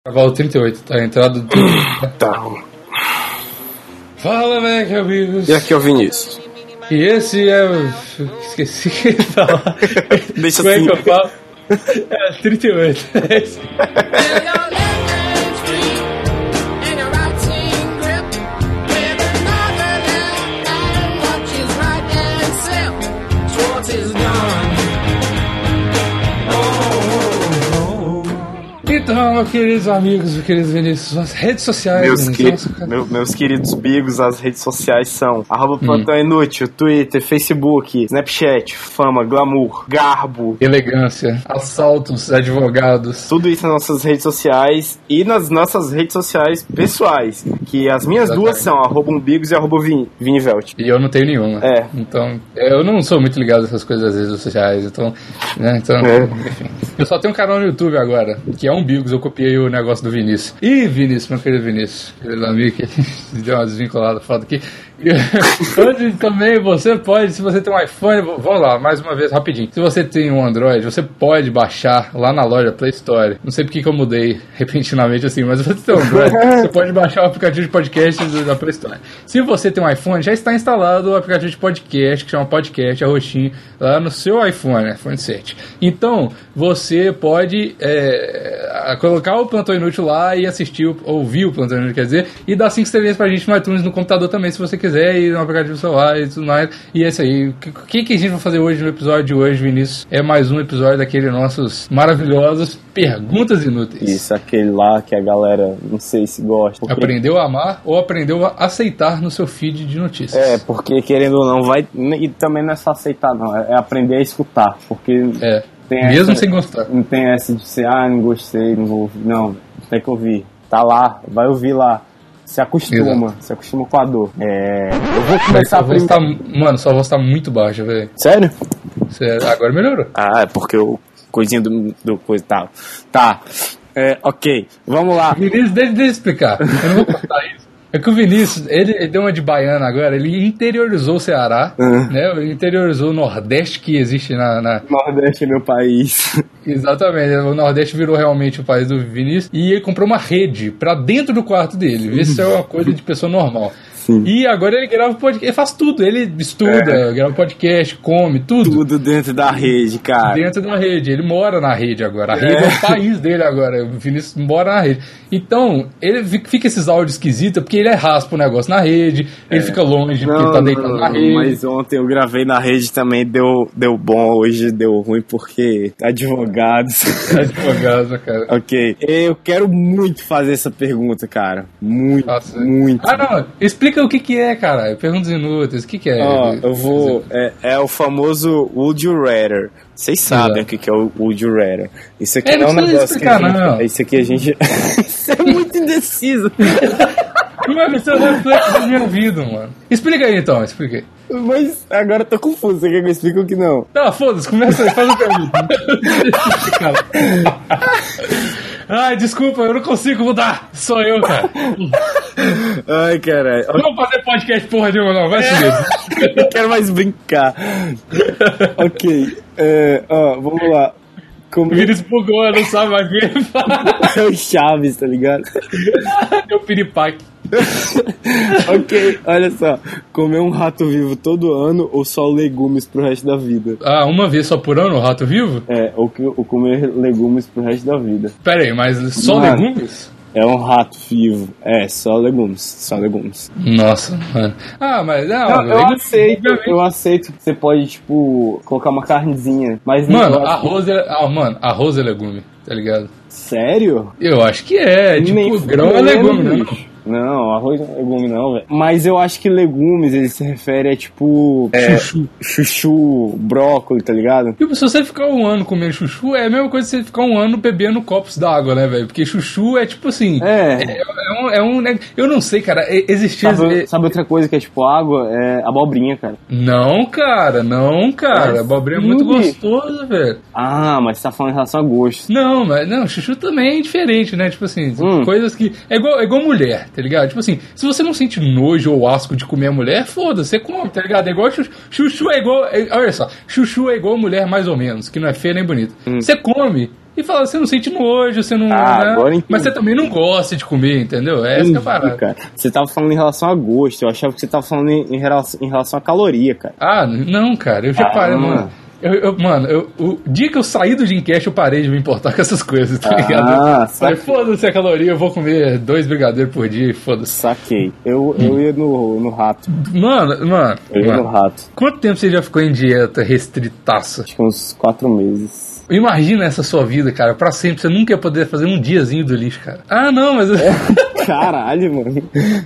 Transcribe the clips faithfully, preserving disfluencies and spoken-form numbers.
Cavalo trinta e oito, tá? A entrada do... Tá. Fala, velho, amigos. E aqui é o Vinícius. E esse é o... Esqueci o que falar. Deixa Como assim. é que eu falo? É, trinta e oito. É isso. Então, meus queridos amigos, meus queridos Vinícius, as redes sociais... Meus, né? que... Nossa, meu, meus queridos bigos, as redes sociais são arroba Hum. Plantão Inútil, Twitter, Facebook, Snapchat, Fama, Glamour, Garbo. Elegância, assaltos, advogados. Tudo isso nas nossas redes sociais e nas nossas redes sociais pessoais. Que as minhas Exatamente. duas são arroba Umbigos e arroba Vin- Vinivelt. E eu não tenho nenhuma. É. Então, eu não sou muito ligado nessas coisas das redes sociais. Então, né, então É. enfim. Eu só tenho um canal no YouTube agora, que é Umbigos. Eu copiei o negócio do Vinícius. Ih, Vinícius, meu querido Vinícius, querido amigo, que deu uma desvinculada foda aqui. Onde também você pode, se você tem um iPhone, vamos lá, mais uma vez, rapidinho. Se você tem um Android, você pode baixar lá na loja Play Store. Não sei porque que eu mudei repentinamente assim, mas se você tem um Android, você pode baixar o aplicativo de podcast da Play Store. Se você tem um iPhone, já está instalado o aplicativo de podcast, que chama Podcast, é roxinho, lá no seu iPhone, iPhone sete. Então, você pode é, colocar o Plantão Inútil lá e assistir, ouvir o Plantão Inútil, quer dizer, e dar cinco estrelinhas pra gente no iTunes, no computador também, se você quiser. E no aplicativo do celular e tudo mais. E é isso aí. O que, que a gente vai fazer hoje no episódio de hoje, Vinícius? É mais um episódio daqueles nossos maravilhosos Perguntas Inúteis. Isso, aquele lá que a galera, não sei se gosta. Porque... Aprendeu a amar ou aprendeu a aceitar no seu feed de notícias. É, porque querendo ou não, vai. E também não é só aceitar, não. É aprender a escutar. Porque. É. Tem Mesmo essa, sem gostar. Não tem essa de ser, ah, não gostei, não vou ouvir. Não, tem que ouvir. Tá lá, vai ouvir lá. Se acostuma, Exato. se acostuma com a dor. É, eu vou começar a voz tá, Mano, sua voz tá muito baixa, velho. Sério? Sério? Agora melhorou. Ah, é porque o coisinho do, do coisa tal. Tá. É, ok, vamos lá. Vinícius, deixa, deixa eu explicar. Eu não vou cortar isso. É que o Vinícius, ele, ele deu uma de baiano agora, ele interiorizou o Ceará, Uhum. né? Ele interiorizou o Nordeste que existe na... na... Nordeste é meu país. Exatamente, o Nordeste virou realmente o país do Vinícius, e ele comprou uma rede pra dentro do quarto dele, vê se é uma coisa de pessoa normal. Sim. E agora ele grava podcast, ele faz tudo, ele estuda, É. grava podcast, come, tudo. Tudo dentro da rede, cara. Dentro da rede, ele mora na rede agora. A rede É. é, o país dele agora. O Vinícius mora na rede. Então, ele fi- fica esses áudios esquisitos porque ele é raspa o negócio na rede, ele fica longe porque ele tá deitado não, na rede. Mas ontem eu gravei na rede também, deu, deu bom, hoje deu ruim porque advogados. Advogado, cara. Ok, eu quero muito fazer essa pergunta, cara. Muito, Nossa. muito. Ah, não. Explica o que que é, cara. Perguntas inúteis. O que que é? Ó, eu vou. É, é o famoso Would You Rather. Vocês sabem Exato. o que que é o Would You Rather. Isso aqui É, não é não um precisa negócio explicar, que a gente, não. Isso aqui a gente. Isso é muito indeciso. Mano, isso é um reflexo da minha vida, mano. Explica aí, então. Explica aí. Mas agora eu tô confuso. Você quer que eu explique o que não? Não, foda-se. Começa aí. Faz a pergunta. Cara. Ai, desculpa. Eu não consigo mudar. Sou eu, cara. Ai, caralho. Não vou fazer podcast porra nenhuma, não. Vai subir. Eu não quero mais brincar. Ok. É, ó, vamos lá. Como... O Vinícius bugou, não sabe mais o que ele fala. É o Chaves, tá ligado? Deu piripaque. Ok, olha só. Comer um rato vivo todo ano ou só legumes pro resto da vida? Ah, uma vez só por ano o rato vivo? É, ou, que- ou comer legumes pro resto da vida. Pera aí, mas só Mano. legumes? É um rato vivo. É, só legumes. Só legumes. Nossa, mano. Ah, mas não, Não, eu legumes, aceito, obviamente. eu aceito que você pode, tipo, colocar uma carnezinha. Mas não Mano, eu acho- arroz é. Ah, mano, arroz é legume, tá ligado? Sério? Eu acho que é. Tipo, Nem grão é fudendo, legume, né? bicho. Não, arroz não é legume não, velho. Mas eu acho que legumes, ele se refere a, tipo... É, Chuchu. chuchu, brócolis, tá ligado? Tipo, se você ficar um ano comendo chuchu, é a mesma coisa que você ficar um ano bebendo copos d'água, né, velho? Porque chuchu é tipo assim. É. É, é um, é um. né, Eu não sei, cara. é- Existia. Sabe, sabe outra coisa que é tipo água? É abobrinha, cara. Não, cara, não, cara. É Abobrinha é sim, muito bicho. gostoso, velho. Ah, mas você tá falando em relação a gosto. Não, mas não, chuchu também é diferente, né? Tipo assim, Hum. coisas que. É igual, é igual mulher, tá ligado? Tipo assim, se você não sente nojo ou asco de comer a mulher, foda-se, você come, tá ligado? É igual chuchu. Chuchu é igual. é- olha só, chuchu é igual mulher mais ou menos, que não é feia nem bonita. Você come. e fala, você não sente nojo, você não... Ah, né? agora entendi. Mas você também não gosta de comer, entendeu? É essa que é a parada. Cara. Você tava falando em relação a gosto, eu achava que você tava falando em, em, relação, em relação a caloria, cara. Ah, não, cara, eu já ah, parei, mano. Eu, eu, mano, eu, o dia que eu saí do Gymcast, eu parei de me importar com essas coisas, tá ah, ligado? Falei, foda-se a caloria, eu vou comer dois brigadeiros por dia, foda-se. Saquei. Eu, eu ia no, no rato. Mano, mano. Eu ia mano, no rato. Quanto tempo você já ficou em dieta restritaça? Acho que uns quatro meses. Imagina essa sua vida, cara, pra sempre. Você nunca ia poder fazer um diazinho do lixo, cara. Ah, não, mas... Caralho, mano.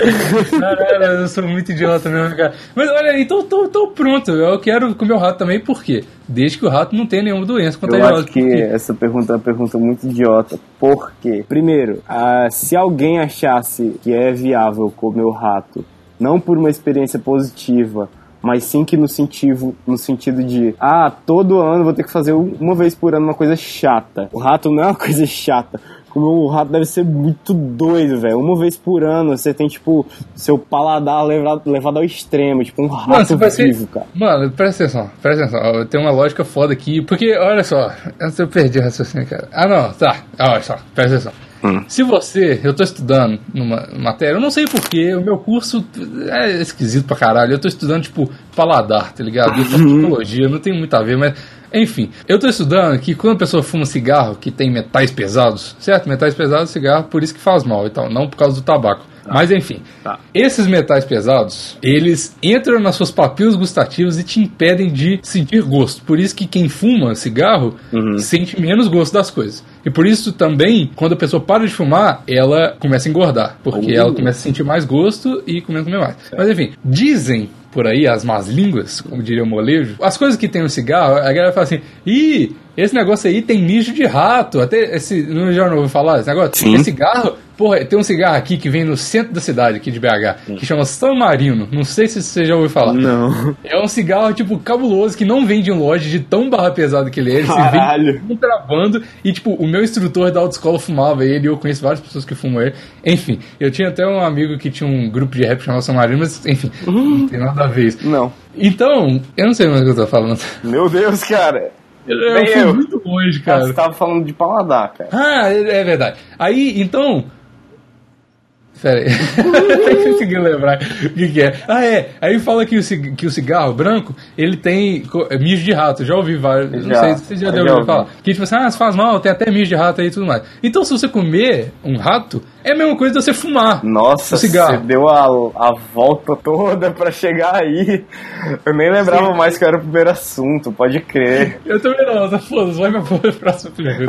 Caralho, eu sou muito idiota mesmo, cara. Mas olha aí, tô, tô, tô pronto. Eu quero comer o rato também, por quê? Desde que o rato não tenha nenhuma doença contagiosa. Eu acho que essa pergunta é uma pergunta muito idiota. Por quê? Primeiro, ah, se alguém achasse que é viável comer o rato, não por uma experiência positiva, mas sim que no sentido, no sentido de, ah, todo ano vou ter que fazer uma vez por ano uma coisa chata. O rato não é uma coisa chata. Comer um rato deve ser muito doido, velho. Uma vez por ano você tem, tipo, seu paladar levado, levado ao extremo, tipo um rato Mano, vivo, ser... cara. Mano, presta atenção, presta atenção. Tem uma lógica foda aqui, porque, olha só, eu perdi o raciocínio, cara. Ah, não, tá, olha só, presta atenção. Hum. Se você, eu tô estudando numa matéria, eu não sei porquê, o meu curso é esquisito pra caralho, eu tô estudando, tipo, paladar, tá ligado? Eu faço psicologia, não tem muito a ver, mas, enfim, eu tô estudando que quando a pessoa fuma cigarro que tem metais pesados, certo? Metais pesados, cigarro, por isso que faz mal e tal, não por causa do tabaco. Tá. Mas enfim, tá. Esses metais pesados, eles entram nas suas papilas gustativas e te impedem de sentir gosto. Por isso que quem fuma cigarro uhum. sente menos gosto das coisas. E por isso também, quando a pessoa para de fumar, ela começa a engordar. Porque uhum. ela começa a sentir mais gosto e começa a comer mais. É. Mas enfim, dizem por aí, as más línguas, como diria o molejo, as coisas que tem no cigarro, a galera fala assim, ih, esse negócio aí tem mijo de rato. Até esse, não já não ouviu falar esse negócio? Sim. Esse cigarro, porra, tem um cigarro aqui que vem no centro da cidade, aqui de B H, Sim. que chama San Marino. Não sei se você já ouviu falar. Não. É um cigarro, tipo, cabuloso, que não vende em loja de tão barra pesado que ele é. Ele Caralho. Se vende contrabando. E, tipo, o meu instrutor da autoescola fumava ele, e eu conheço várias pessoas que fumam ele. Enfim, eu tinha até um amigo que tinha um grupo de rap chamado San Marino, mas, enfim, uhum. não tem nada a ver isso. Não. Então, eu não sei mais o que eu tô falando. Meu Deus, cara. Eu, eu fui eu. muito longe, cara. Você tava falando de paladar, cara. Ah, é, é verdade. Aí, então... Pera aí. Tem que conseguir lembrar o que, que é. Ah, é. Aí fala que o, cig- que o cigarro branco, ele tem co- mijo de rato. Já ouvi vários. Já, não sei se você já deu ouvido falar. Que tipo assim, ah, se faz mal, tem até mijo de rato aí e tudo mais. Então, se você comer um rato, é a mesma coisa de você fumar. Nossa, você deu a, a volta toda pra chegar aí. Eu nem lembrava Sim. mais que era o primeiro assunto, pode crer. Eu também não, tá foda-se, vai pra próxima pergunta.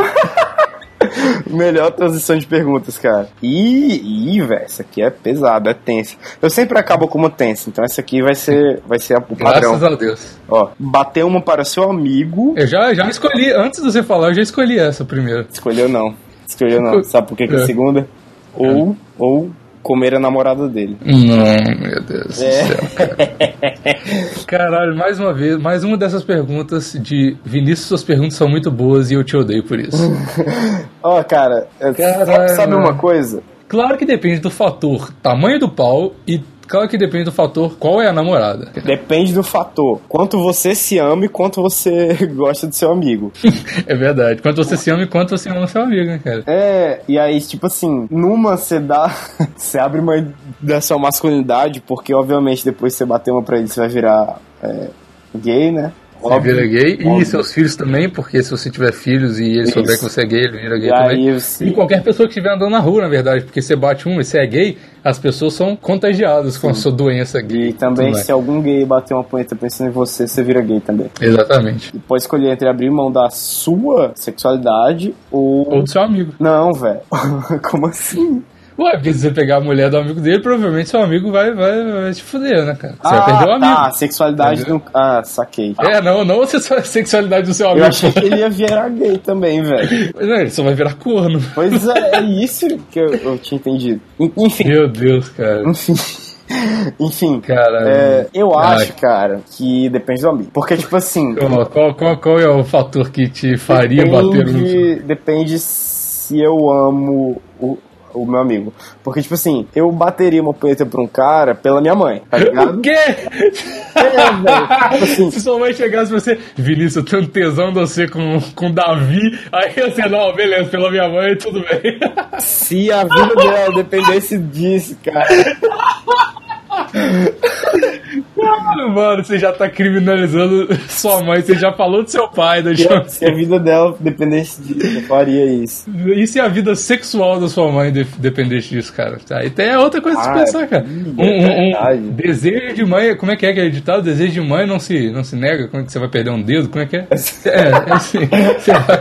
Melhor transição de perguntas, cara. Ih, ih, velho, essa aqui é pesada, é tensa. Eu sempre acabo como tensa, então essa aqui vai ser, vai ser o padrão. Graças a Deus. Ó, bater uma para seu amigo. Eu já, já escolhi, antes de você falar, eu já escolhi essa primeiro. Escolheu não. Escolheu não. Sabe por que, que é a segunda? Ou, é. ou comer a namorada dele. Não, meu Deus é. do céu, cara. Caralho, mais uma vez, mais uma dessas perguntas de Vinícius, suas perguntas são muito boas e eu te odeio por isso. Ó, oh, cara, Caralho, sabe uma coisa? Claro que depende do fator tamanho do pau e claro que depende do fator qual é a namorada. Depende do fator quanto você se ama e quanto você gosta do seu amigo. É verdade, quanto você se ama e quanto você ama o seu amigo, né, cara? É, e aí, tipo assim, numa você dá, você abre uma da sua masculinidade, porque obviamente depois que você bater uma pra ele, você vai virar é, gay, né? Você óbvio, vira gay, óbvio. E seus filhos também, porque se você tiver filhos e ele Isso. souber que você é gay, ele vira gay e também. Você... E qualquer pessoa que estiver andando na rua, na verdade, porque você bate um e você é gay, as pessoas são contagiadas Sim. com a sua doença gay. E também, se algum gay bater uma punheta pensando em você, você vira gay também. Exatamente. E pode escolher entre abrir mão da sua sexualidade ou... Ou do seu amigo. Não, velho. Como assim? Ué, porque se você pegar a mulher do amigo dele, provavelmente seu amigo vai, vai, vai te fuder, né, cara? Você ah, vai perder o amigo. Ah, sexualidade do... Ah, saquei. É, não, não a sexualidade do seu amigo. Eu achei que ele ia virar gay também, velho. Mas não, ele só vai virar corno. Pois é, é isso que eu, eu tinha entendido. Enfim. Meu Deus, cara. Enfim. Enfim, é, eu acho, cara, que depende do amigo. Porque, tipo assim... Qual, qual, qual, qual é o fator que te faria depende, bater um... Depende se eu amo o, o o meu amigo. Porque, tipo assim, eu bateria uma punheta pra um cara pela minha mãe, tá ligado? O quê? É, velho. Tipo assim, se sua mãe chegasse pra você, Vinícius, eu tenho um tesão de você com, com Davi, aí você, não, beleza, pela minha mãe, tudo bem. Se a vida dela dependesse disso, cara. Mano, você já tá criminalizando sua mãe, você já falou do seu pai, da Se, se a vida dela dependesse disso, eu faria isso. E se a vida sexual da sua mãe de- dependesse disso, cara? Aí tem outra coisa Ah, a se pensar, cara. sim, Um, um- é um desejo de mãe, como é que é aquele ditado? Desejo de mãe não se, não se nega, como é que você vai perder um dedo? Como é que é? É, é assim. Você vai...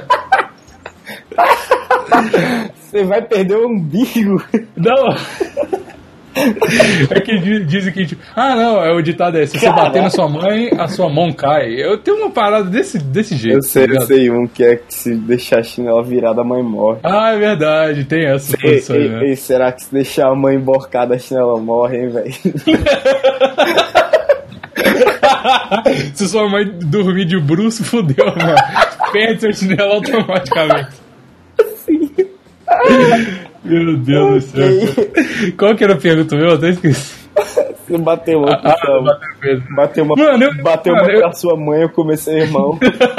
Você vai perder o umbigo. Não. É que diz- dizem que, tipo, ah, não, é o ditado é: se você Caraca. bater na sua mãe, a sua mão cai. Eu tenho uma parada desse, desse jeito. Eu sei, tá eu ligado? sei um que é que se deixar a chinela virada, a mãe morre. Ah, é verdade, tem essa Ei, posição, ei, né? ei, será que se deixar a mãe emborcada, a chinela morre, hein, velho? Se sua mãe dormir de bruço, fudeu, mano. Perde seu chinelo automaticamente. Meu Deus do céu. Qual que era a pergunta meu? Eu até esqueci. Você bateu uma pra Ah, sua mãe. bateu mesmo. Bateu uma, Mano, eu- bateu mano, uma eu- pra sua mãe, eu comecei irmão.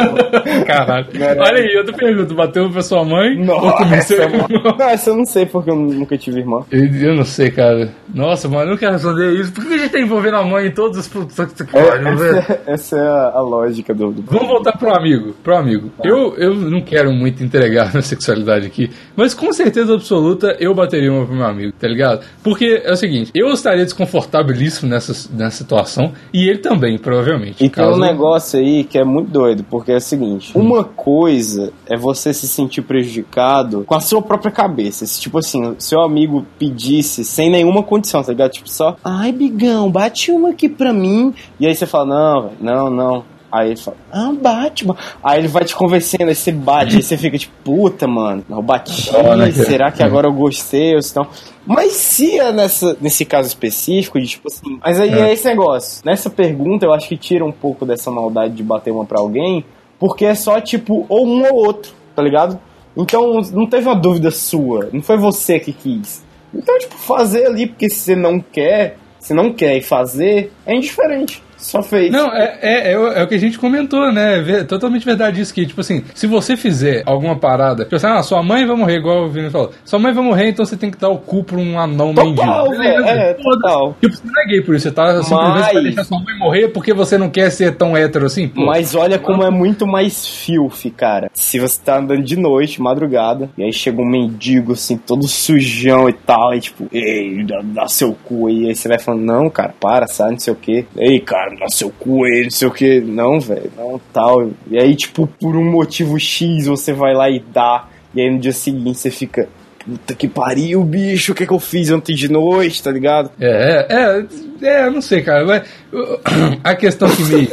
Caralho. Caralho. Olha aí, outra pergunta. Bateu pra sua mãe ou Nossa, comecei mano. Não, essa eu não sei porque eu nunca tive irmão. Eu, eu não sei, cara. Nossa, mano, eu não quero responder isso. Por que a gente tá envolvendo a mãe em todos os... Puta que pariu, velho? Essa, essa é a, a lógica do, do... Vamos voltar pro amigo, pro amigo. Eu, eu não quero muito entregar minha sexualidade aqui, mas com certeza absoluta eu bateria uma pro meu amigo, tá ligado? Porque é o seguinte, eu estaria desconfortabilíssimo nessa, nessa situação, e ele também, provavelmente. E tem um caso- negócio aí que é muito doido, porque é o seguinte, uma coisa é você se sentir prejudicado com a sua própria cabeça. Se, tipo assim, seu amigo pedisse sem nenhuma condição, tá ligado? Tipo só, ai, bigão, bate uma aqui pra mim. E aí você fala, não, velho, não, não. Aí ele fala, ah, bate, mano. Aí ele vai te convencendo, aí você bate, aí você fica tipo, puta, mano, eu bati, Olha, será que agora eu gostei ou se não? Mas se é nessa, nesse caso específico, de tipo assim, mas aí é. É. esse negócio. Nessa pergunta, eu acho que tira um pouco dessa maldade de bater uma pra alguém, porque é só tipo, ou um ou outro, tá ligado? Então não teve uma dúvida sua, não foi você que quis. Então, tipo, fazer ali, porque se você não quer, se não quer e fazer, é indiferente. Só fez. Não, é, é, é, o- é o que a gente comentou, né? É ver- totalmente verdade isso que, tipo assim, se você fizer alguma parada, tipo assim, ah, sua mãe vai morrer, igual o Vini falou, sua mãe vai morrer, então você tem que dar o cu pra um anão Total, mendigo. velho, é, total. Tipo, você não é gay por isso, você tá simplesmente Mas- pra deixar sua mãe morrer porque você não quer ser tão hétero assim, pô. Mas olha como é muito mais filthy, cara. Se você tá andando de noite, madrugada, e aí chega um mendigo, assim, todo sujão e tal, e tipo, ei, dá, dá seu cu aí. Aí você vai falando, não, cara, para, sai, não sei o que. Ei, cara, dá seu cu aí, não sei o que. Não, velho, não, tal. E aí, tipo, por um motivo X, você vai lá e dá. E aí no dia seguinte você fica, puta que pariu, bicho, o que é que eu fiz ontem de noite, tá ligado? É, é, é, é, eu não sei, cara, mas uh, a questão que me...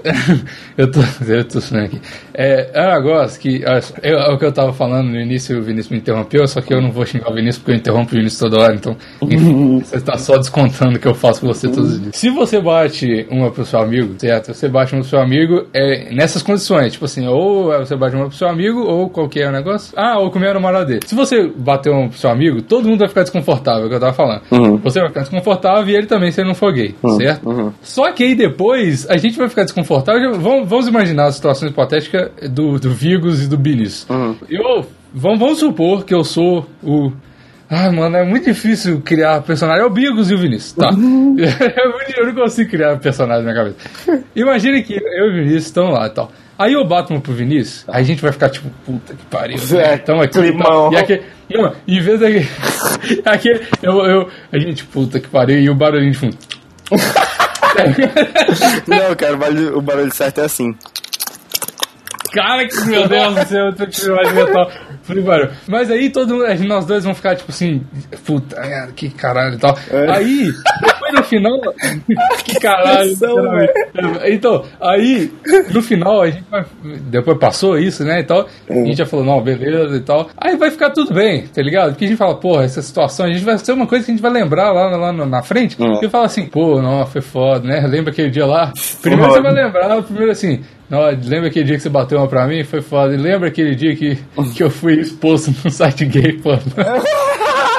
eu tô, eu tô sonhando aqui. É, é um negócio que, eu, é o que eu tava falando no início, o Vinícius me interrompeu, só que eu não vou xingar o Vinícius porque eu interrompo o Vinícius toda hora, então, enfim, você tá só descontando o que eu faço com você todos os dias. Se você bate uma pro seu amigo, certo? Você bate uma pro seu amigo, é nessas condições, tipo assim, ou você bate uma pro seu amigo, ou qualquer negócio, ah, ou comer a namorada dele. Se você bater uma pro seu amigo, todo mundo vai ficar desconfortável, é o que eu tava falando. Uhum. Você vai ficar desconfortável e ele também, se ele não for gay, certo? Uhum. Só que aí depois a gente vai ficar desconfortável. Vamos, vamos imaginar a situação hipotética do, do Vigos e do Binis. Uhum. Eu, vamos, vamos supor que eu sou o. Ah, mano, é muito difícil criar personagem. É o Bigos e o Vinícius, tá? Uhum. eu não consigo criar personagem na minha cabeça. Imagina que eu e o Vinícius estão lá e tal. Aí eu bato uma pro Vinícius, aí a gente vai ficar tipo, puta que pariu. É, Então aqui e climão. tal. E aqui, e, mano, em vez daquele. aquele, eu, eu, a gente, puta que pariu, e o barulhinho de fundo. Não, cara, o barulho, o barulho certo é assim. Cara, que meu Deus do céu, eu tô tirando mais metal. Falei, barulho. Mas aí todo mundo, nós dois vamos ficar tipo assim, puta, que caralho e tal. É. Aí, depois no final, que caralho. Atenção, Então, aí, no final, a gente vai, depois passou isso, né, e tal, a gente já falou, não, beleza e tal. Aí vai ficar tudo bem, tá ligado? Porque a gente fala, porra, essa situação, a gente vai ser uma coisa que a gente vai lembrar lá, lá na frente, Hum. e fala assim, pô, não, foi foda, né? Lembra aquele dia lá? Primeiro você vai lembrar, primeiro assim, não, lembra aquele dia que você bateu uma pra mim? Foi foda. E lembra aquele dia que, que eu fui exposto num site gay, pô?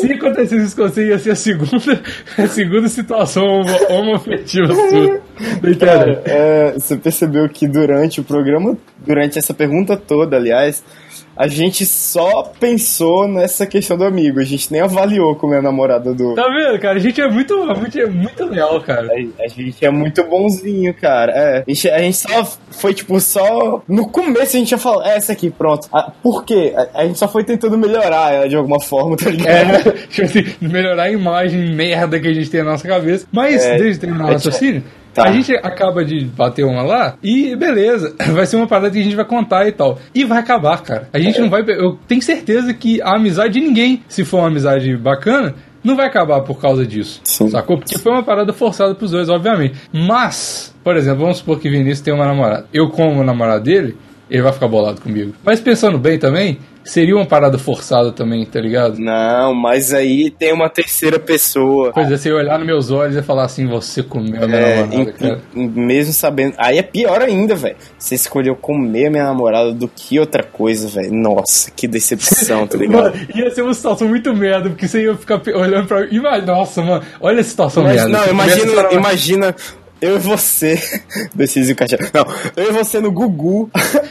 Se acontecesse isso com você, ia ser a segunda, a segunda situação homo, homoafetiva sua. Cara, é, você percebeu que durante o programa, durante essa pergunta toda, aliás, a gente só pensou nessa questão do amigo. A gente nem avaliou como é a namorada do... Tá vendo, cara? A gente é muito, muito, é muito leal, cara. A, a gente é muito bonzinho, cara. É, a, gente, a gente só foi, tipo, só... No começo a gente já falou, é essa aqui, pronto. Ah, por quê? A, a gente só foi tentando melhorar ela de alguma forma, tá ligado? É, tipo assim, melhorar a imagem merda que a gente tem na nossa cabeça. Mas, é, desde terminar o raciocínio... Tá. A gente acaba de bater uma lá e beleza, vai ser uma parada que a gente vai contar e tal. E vai acabar, cara. A gente é. não vai... Eu tenho certeza que a amizade de ninguém, se for uma amizade bacana, não vai acabar por causa disso. Sim. Sacou? Porque foi uma parada forçada pros dois, obviamente. Mas, por exemplo, vamos supor que Vinícius tem uma namorada. Eu, como namorado dele, ele vai ficar bolado comigo. Mas pensando bem também... Seria uma parada forçada também, tá ligado? Não, mas aí tem uma terceira pessoa. Pois é, você olhar nos meus olhos e falar assim, você comeu a minha é, namorada, cara. Mesmo sabendo... Aí é pior ainda, velho. Você escolheu comer a minha namorada do que outra coisa, velho. Nossa, que decepção, tá ligado? Mano, ia ser uma situação muito merda, porque você ia ficar olhando pra mim. Nossa, mano, olha a situação mas, merda. Não, imagina, imagina... Eu e você, decise o cachorro. Não, eu e você no Gugu.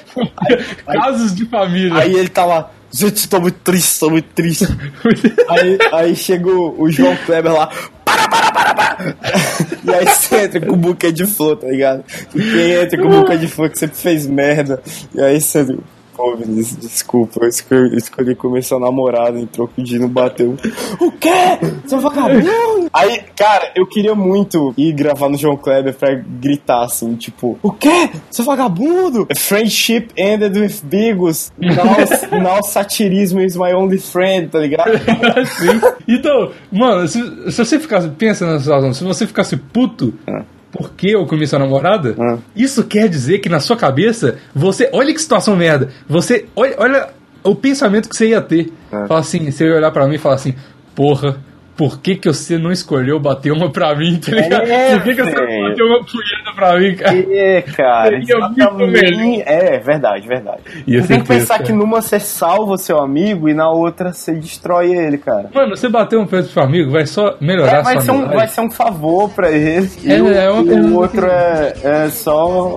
Casos aí, de família. Aí ele tá lá, gente, tô muito triste, tô muito triste. aí, aí chega o, o João Kleber lá, para, para, para, para. E aí você entra com o buquê de flor, tá ligado? E quem entra com o buquê de flor que sempre fez merda. E aí você... Pô, Vinícius, desculpa, eu escolhi, eu escolhi começar a namorada, entrou com o Dino, bateu. O quê? Seu vagabundo? Aí, cara, eu queria muito ir gravar no João Kleber pra gritar assim, tipo, o quê? Seu vagabundo? Friendship ended with Bigos. Now, now satirismo is my only friend, tá ligado? Sim. Então, mano, se, se você ficasse, pensa nessa situação, se você ficasse puto, ah. porque eu comi sua namorada, ah. isso quer dizer que na sua cabeça, você, olha que situação merda, você, olha, olha o pensamento que você ia ter. Ah. Fala assim, você ia olhar pra mim e falar assim, porra, por que que você não escolheu bater uma pra mim, tá ligado? É, por que que você não bateu uma punheta pra mim, cara? É, cara, exatamente. É, verdade, verdade. Ia você tem que pensar cara. que numa você salva o seu amigo e na outra você destrói ele, cara. Mano, você bater um peito pro seu amigo vai só melhorar é, vai a sua ser um, Vai ser um favor pra ele. É, e o, é uma e o outro é, é só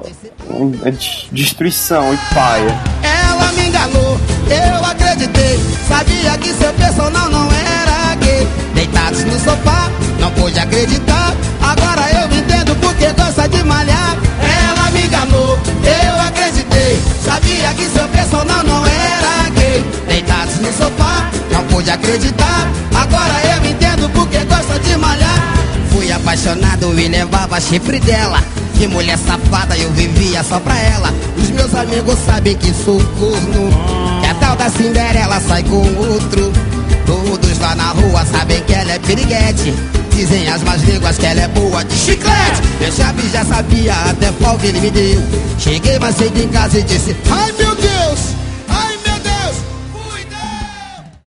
é destruição e paia. Ela me enganou, eu acreditei. Sabia que seu personal não era gay. Deitados no sofá, não pude acreditar. Agora eu entendo porque gosta de malhar. Ela me enganou, eu acreditei. Sabia que seu personal não era gay. Deitados no sofá, não pude acreditar. Agora eu entendo porque gosta de malhar. Fui apaixonado e levava chifre dela. Que mulher safada, eu vivia só pra ela. Os meus amigos sabem que sou corno, que a tal da Cinderela sai com outro. Todos lá na rua sabem que ela é piriguete. Dizem as más línguas que ela é boa de chiclete. Eu já vi, já sabia até qual que ele me deu. Cheguei mais cedo em casa e disse, ai meu Deus,